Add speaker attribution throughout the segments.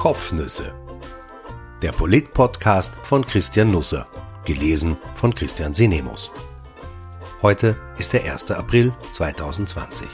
Speaker 1: Kopfnüsse. Der Polit-Podcast von Christian Nusser, gelesen von Christian Sinemus. Heute ist der 1. April 2020.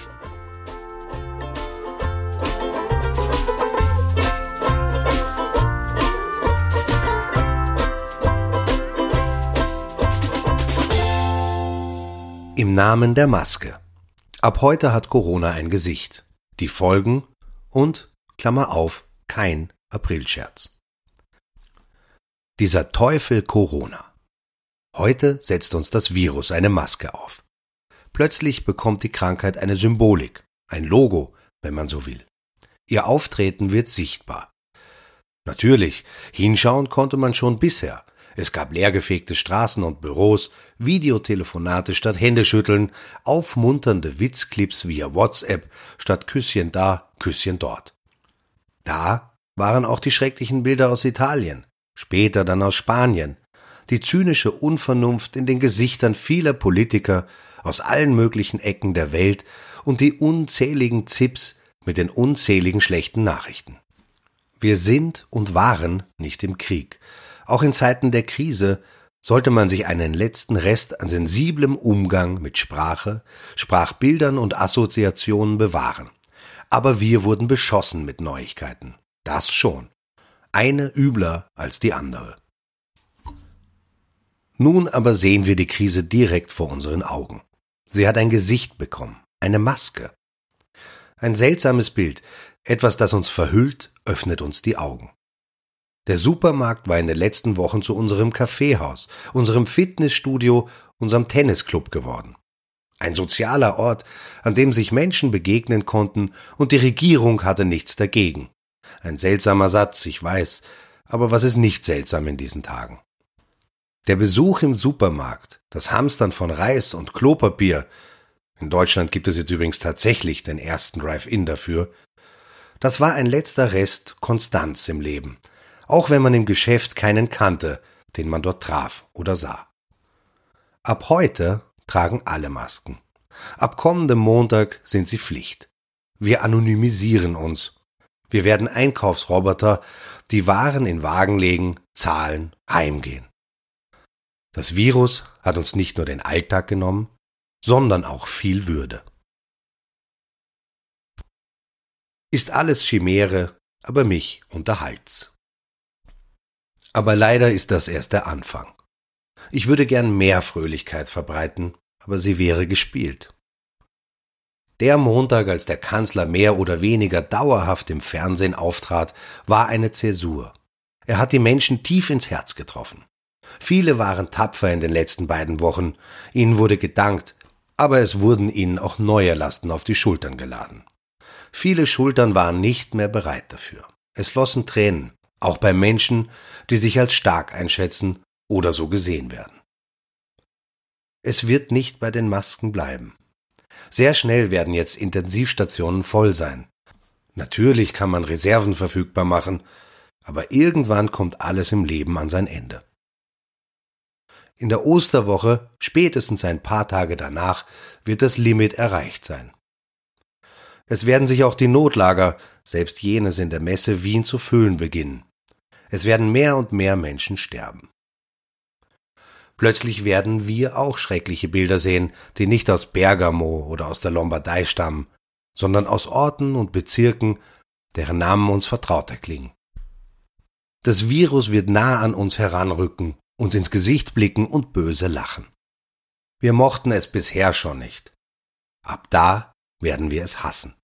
Speaker 1: Im Namen der Maske. Ab heute hat Corona ein Gesicht. Die Folgen und, Klammer auf, kein Aprilscherz. Dieser Teufel Corona. Heute setzt uns das Virus eine Maske auf. Plötzlich bekommt die Krankheit eine Symbolik, ein Logo, wenn man so will. Ihr Auftreten wird sichtbar. Natürlich, hinschauen konnte man schon bisher. Es gab leergefegte Straßen und Büros, Videotelefonate statt Händeschütteln, aufmunternde Witzclips via WhatsApp statt Küsschen da, Küsschen dort. Da waren auch die schrecklichen Bilder aus Italien, später dann aus Spanien, die zynische Unvernunft in den Gesichtern vieler Politiker aus allen möglichen Ecken der Welt und die unzähligen Zips mit den unzähligen schlechten Nachrichten. Wir sind und waren nicht im Krieg. Auch in Zeiten der Krise sollte man sich einen letzten Rest an sensiblem Umgang mit Sprache, Sprachbildern und Assoziationen bewahren. Aber wir wurden beschossen mit Neuigkeiten. Das schon. Eine übler als die andere. Nun aber sehen wir die Krise direkt vor unseren Augen. Sie hat ein Gesicht bekommen, eine Maske. Ein seltsames Bild, etwas, das uns verhüllt, öffnet uns die Augen. Der Supermarkt war in den letzten Wochen zu unserem Kaffeehaus, unserem Fitnessstudio, unserem Tennisclub geworden. Ein sozialer Ort, an dem sich Menschen begegnen konnten und die Regierung hatte nichts dagegen. Ein seltsamer Satz, ich weiß, aber was ist nicht seltsam in diesen Tagen? Der Besuch im Supermarkt, das Hamstern von Reis und Klopapier, in Deutschland gibt es jetzt übrigens tatsächlich den ersten Drive-In dafür, das war ein letzter Rest Konstanz im Leben, auch wenn man im Geschäft keinen kannte, den man dort traf oder sah. Ab heute tragen alle Masken. Ab kommendem Montag sind sie Pflicht. Wir anonymisieren uns. Wir werden Einkaufsroboter, die Waren in Wagen legen, zahlen, heimgehen. Das Virus hat uns nicht nur den Alltag genommen, sondern auch viel Würde. Ist alles Chimäre, aber mich unterhalt's. Aber leider ist das erst der Anfang. Ich würde gern mehr Fröhlichkeit verbreiten, aber sie wäre gespielt. Der Montag, als der Kanzler mehr oder weniger dauerhaft im Fernsehen auftrat, war eine Zäsur. Er hat die Menschen tief ins Herz getroffen. Viele waren tapfer in den letzten beiden Wochen, ihnen wurde gedankt, aber es wurden ihnen auch neue Lasten auf die Schultern geladen. Viele Schultern waren nicht mehr bereit dafür. Es flossen Tränen, auch bei Menschen, die sich als stark einschätzen oder so gesehen werden. Es wird nicht bei den Masken bleiben. Sehr schnell werden jetzt Intensivstationen voll sein. Natürlich kann man Reserven verfügbar machen, aber irgendwann kommt alles im Leben an sein Ende. In der Osterwoche, spätestens ein paar Tage danach, wird das Limit erreicht sein. Es werden sich auch die Notlager, selbst jenes in der Messe Wien, zu füllen beginnen. Es werden mehr und mehr Menschen sterben. Plötzlich werden wir auch schreckliche Bilder sehen, die nicht aus Bergamo oder aus der Lombardei stammen, sondern aus Orten und Bezirken, deren Namen uns vertrauter klingen. Das Virus wird nah an uns heranrücken, uns ins Gesicht blicken und böse lachen. Wir mochten es bisher schon nicht. Ab da werden wir es hassen.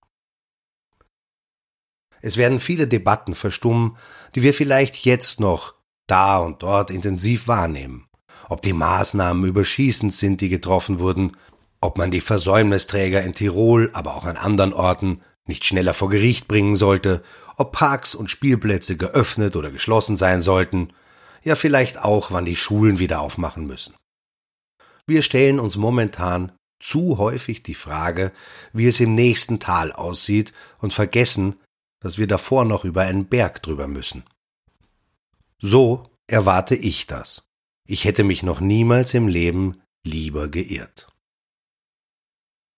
Speaker 1: Es werden viele Debatten verstummen, die wir vielleicht jetzt noch da und dort intensiv wahrnehmen. Ob die Maßnahmen überschießend sind, die getroffen wurden, ob man die Versäumnisträger in Tirol, aber auch an anderen Orten nicht schneller vor Gericht bringen sollte, ob Parks und Spielplätze geöffnet oder geschlossen sein sollten, ja vielleicht auch, wann die Schulen wieder aufmachen müssen. Wir stellen uns momentan zu häufig die Frage, wie es im nächsten Tal aussieht und vergessen, dass wir davor noch über einen Berg drüber müssen. So erwarte ich das. Ich hätte mich noch niemals im Leben lieber geirrt.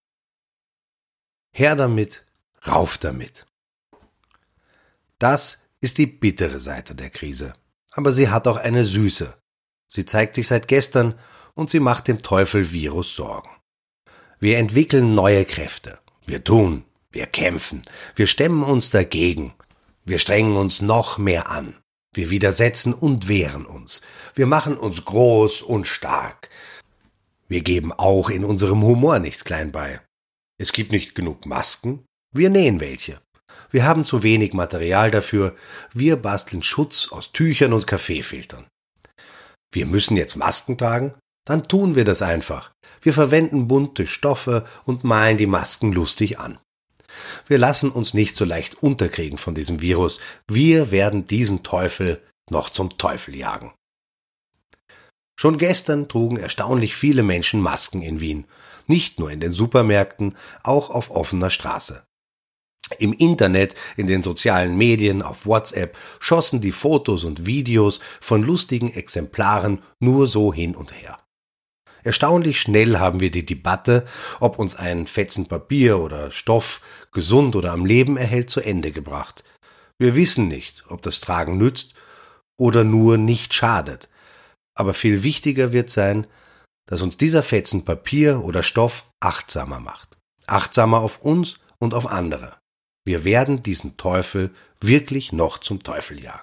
Speaker 1: Her damit, rauf damit. Das ist die bittere Seite der Krise. Aber sie hat auch eine süße. Sie zeigt sich seit gestern und sie macht dem Teufel-Virus Sorgen. Wir entwickeln neue Kräfte. Wir tun, wir kämpfen, wir stemmen uns dagegen. Wir strengen uns noch mehr an. Wir widersetzen und wehren uns. Wir machen uns groß und stark. Wir geben auch in unserem Humor nicht klein bei. Es gibt nicht genug Masken. Wir nähen welche. Wir haben zu wenig Material dafür. Wir basteln Schutz aus Tüchern und Kaffeefiltern. Wir müssen jetzt Masken tragen? Dann tun wir das einfach. Wir verwenden bunte Stoffe und malen die Masken lustig an. Wir lassen uns nicht so leicht unterkriegen von diesem Virus. Wir werden diesen Teufel noch zum Teufel jagen. Schon gestern trugen erstaunlich viele Menschen Masken in Wien. Nicht nur in den Supermärkten, auch auf offener Straße. Im Internet, in den sozialen Medien, auf WhatsApp schossen die Fotos und Videos von lustigen Exemplaren nur so hin und her. Erstaunlich schnell haben wir die Debatte, ob uns ein Fetzen Papier oder Stoff gesund oder am Leben erhält, zu Ende gebracht. Wir wissen nicht, ob das Tragen nützt oder nur nicht schadet. Aber viel wichtiger wird sein, dass uns dieser Fetzen Papier oder Stoff achtsamer macht. Achtsamer auf uns und auf andere. Wir werden diesen Teufel wirklich noch zum Teufel jagen.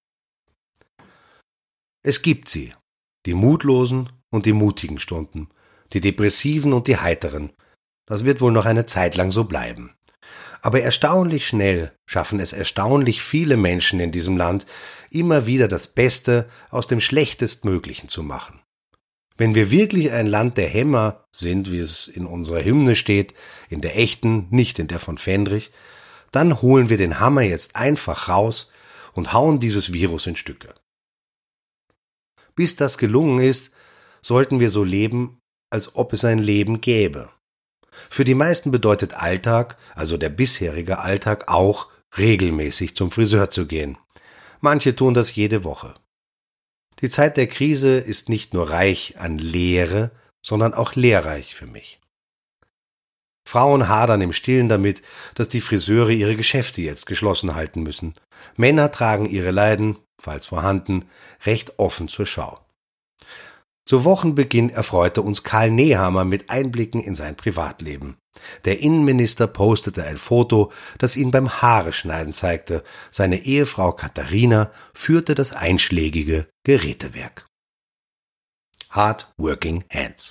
Speaker 1: Es gibt sie, die mutlosen und die mutigen Stunden, die depressiven und die heiteren. Das wird wohl noch eine Zeit lang so bleiben. Aber erstaunlich schnell schaffen es erstaunlich viele Menschen in diesem Land, immer wieder das Beste aus dem Schlechtestmöglichen zu machen. Wenn wir wirklich ein Land der Hämmer sind, wie es in unserer Hymne steht, in der echten, nicht in der von Fendrich, dann holen wir den Hammer jetzt einfach raus und hauen dieses Virus in Stücke. Bis das gelungen ist, sollten wir so leben, als ob es ein Leben gäbe. Für die meisten bedeutet Alltag, also der bisherige Alltag, auch regelmäßig zum Friseur zu gehen. Manche tun das jede Woche. Die Zeit der Krise ist nicht nur reich an Lehre, sondern auch lehrreich für mich. Frauen hadern im Stillen damit, dass die Friseure ihre Geschäfte jetzt geschlossen halten müssen. Männer tragen ihre Leiden, falls vorhanden, recht offen zur Schau. Zu Wochenbeginn erfreute uns Karl Nehammer mit Einblicken in sein Privatleben. Der Innenminister postete ein Foto, das ihn beim Haareschneiden zeigte. Seine Ehefrau Katharina führte das einschlägige Gerätewerk. Hard Working Hands.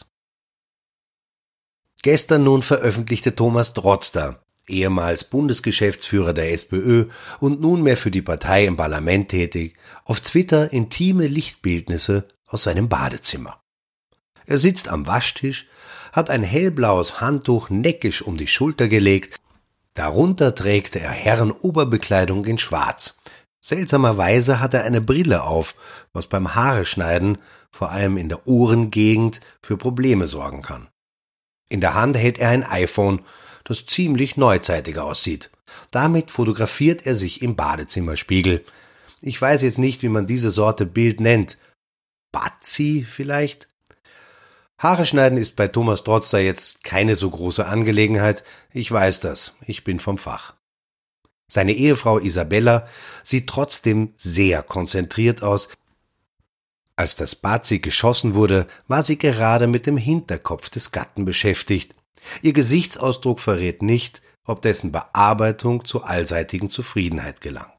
Speaker 1: Gestern nun veröffentlichte Thomas Drotzter, ehemals Bundesgeschäftsführer der SPÖ und nunmehr für die Partei im Parlament tätig, auf Twitter intime Lichtbildnisse aus seinem Badezimmer. Er sitzt am Waschtisch, hat ein hellblaues Handtuch neckisch um die Schulter gelegt, darunter trägt er Herrenoberbekleidung in Schwarz. Seltsamerweise hat er eine Brille auf, was beim Haareschneiden, vor allem in der Ohrengegend, für Probleme sorgen kann. In der Hand hält er ein iPhone, das ziemlich neuzeitig aussieht. Damit fotografiert er sich im Badezimmerspiegel. Ich weiß jetzt nicht, wie man diese Sorte Bild nennt. Bazi vielleicht? Haare schneiden ist bei Thomas Drotzter jetzt keine so große Angelegenheit. Ich weiß das, ich bin vom Fach. Seine Ehefrau Isabella sieht trotzdem sehr konzentriert aus. Als das Bazi geschossen wurde, war sie gerade mit dem Hinterkopf des Gatten beschäftigt. Ihr Gesichtsausdruck verrät nicht, ob dessen Bearbeitung zur allseitigen Zufriedenheit gelang.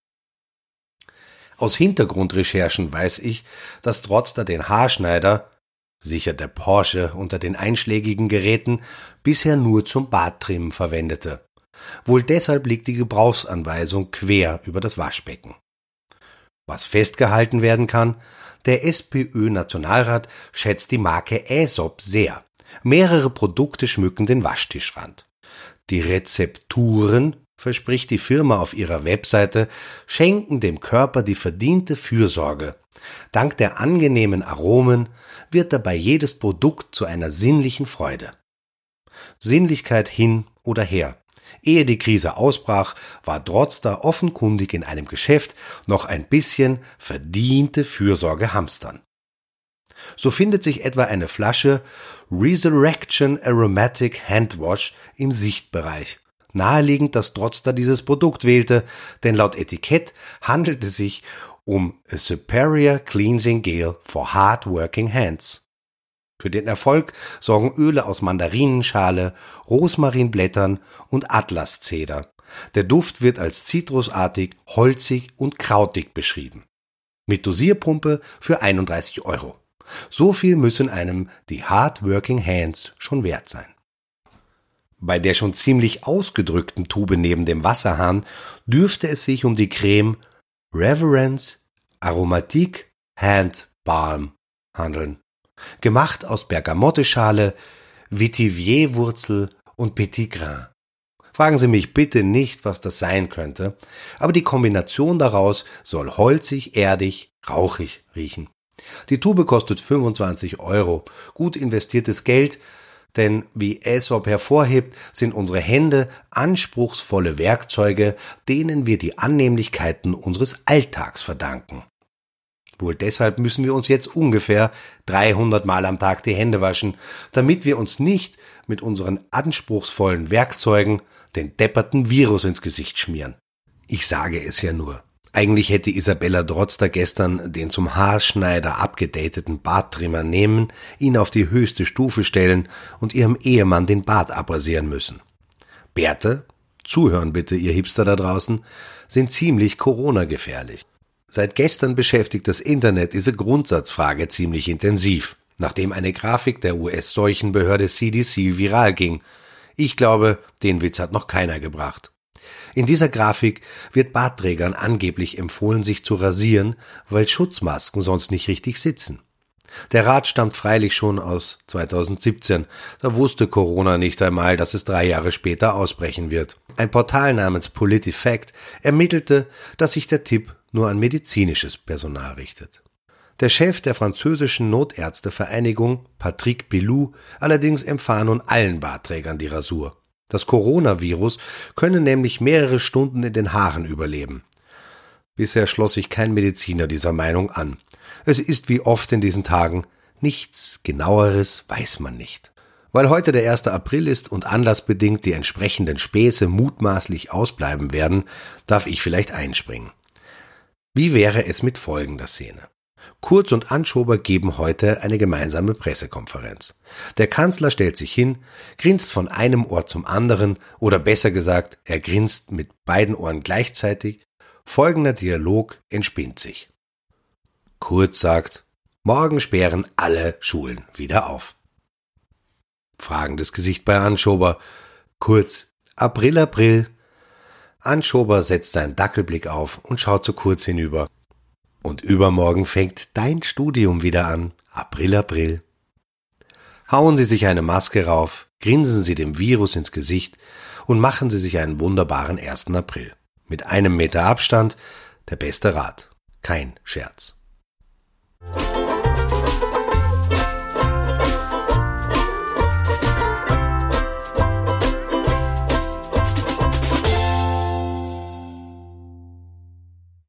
Speaker 1: Aus Hintergrundrecherchen weiß ich, dass Drotzter den Haarschneider, sicher der Porsche unter den einschlägigen Geräten, bisher nur zum Barttrimmen verwendete. Wohl deshalb liegt die Gebrauchsanweisung quer über das Waschbecken. Was festgehalten werden kann, der SPÖ-Nationalrat schätzt die Marke Aesop sehr. Mehrere Produkte schmücken den Waschtischrand. Die Rezepturen, verspricht die Firma auf ihrer Webseite, schenken dem Körper die verdiente Fürsorge. Dank der angenehmen Aromen wird dabei jedes Produkt zu einer sinnlichen Freude. Sinnlichkeit hin oder her. Ehe die Krise ausbrach, war Drotzter offenkundig in einem Geschäft noch ein bisschen verdiente Fürsorge hamstern. So findet sich etwa eine Flasche Resurrection Aromatic Handwash im Sichtbereich. Naheliegend, dass Trotzter dieses Produkt wählte, denn laut Etikett handelt es sich um a Superior Cleansing Gel for Hard Working Hands. Für den Erfolg sorgen Öle aus Mandarinenschale, Rosmarinblättern und Atlaszeder. Der Duft wird als zitrusartig, holzig und krautig beschrieben. Mit Dosierpumpe für 31 €. So viel müssen einem die Hard Working Hands schon wert sein. Bei der schon ziemlich ausgedrückten Tube neben dem Wasserhahn dürfte es sich um die Creme Reverence Aromatique Hand Balm handeln. Gemacht aus Bergamotteschale, Vetiver-Wurzel und Petit Grain. Fragen Sie mich bitte nicht, was das sein könnte, aber die Kombination daraus soll holzig, erdig, rauchig riechen. Die Tube kostet 25 €, gut investiertes Geld, denn wie Aesop hervorhebt, sind unsere Hände anspruchsvolle Werkzeuge, denen wir die Annehmlichkeiten unseres Alltags verdanken. Wohl deshalb müssen wir uns jetzt ungefähr 300 Mal am Tag die Hände waschen, damit wir uns nicht mit unseren anspruchsvollen Werkzeugen den depperten Virus ins Gesicht schmieren. Ich sage es ja nur. Eigentlich hätte Isabella Trotzter gestern den zum Haarschneider abgedateten Barttrimmer nehmen, ihn auf die höchste Stufe stellen und ihrem Ehemann den Bart abrasieren müssen. Bärte, zuhören bitte, ihr Hipster da draußen, sind ziemlich Corona-gefährlich. Seit gestern beschäftigt das Internet diese Grundsatzfrage ziemlich intensiv, nachdem eine Grafik der US-Seuchenbehörde CDC viral ging. Ich glaube, den Witz hat noch keiner gebracht. In dieser Grafik wird Bartträgern angeblich empfohlen, sich zu rasieren, weil Schutzmasken sonst nicht richtig sitzen. Der Rat stammt freilich schon aus 2017, da wusste Corona nicht einmal, dass es 3 Jahre später ausbrechen wird. Ein Portal namens PolitiFact ermittelte, dass sich der Tipp nur an medizinisches Personal richtet. Der Chef der französischen Notärztevereinigung, Patrick Billou, allerdings empfahl nun allen Bartträgern die Rasur. Das Coronavirus könne nämlich mehrere Stunden in den Haaren überleben. Bisher schloss sich kein Mediziner dieser Meinung an. Es ist wie oft in diesen Tagen, nichts Genaueres weiß man nicht. Weil heute der 1. April ist und anlassbedingt die entsprechenden Späße mutmaßlich ausbleiben werden, darf ich vielleicht einspringen. Wie wäre es mit folgender Szene? Kurz und Anschober geben heute eine gemeinsame Pressekonferenz. Der Kanzler stellt sich hin, grinst von einem Ohr zum anderen, oder besser gesagt, er grinst mit beiden Ohren gleichzeitig. Folgender Dialog entspinnt sich. Kurz sagt, morgen sperren alle Schulen wieder auf. Fragendes Gesicht bei Anschober. Kurz, April, April. Anschober setzt seinen Dackelblick auf und schaut zu Kurz hinüber. Und übermorgen fängt dein Studium wieder an. April, April. Hauen Sie sich eine Maske rauf, grinsen Sie dem Virus ins Gesicht und machen Sie sich einen wunderbaren 1. April. Mit 1 Meter Abstand, der beste Rat. Kein Scherz.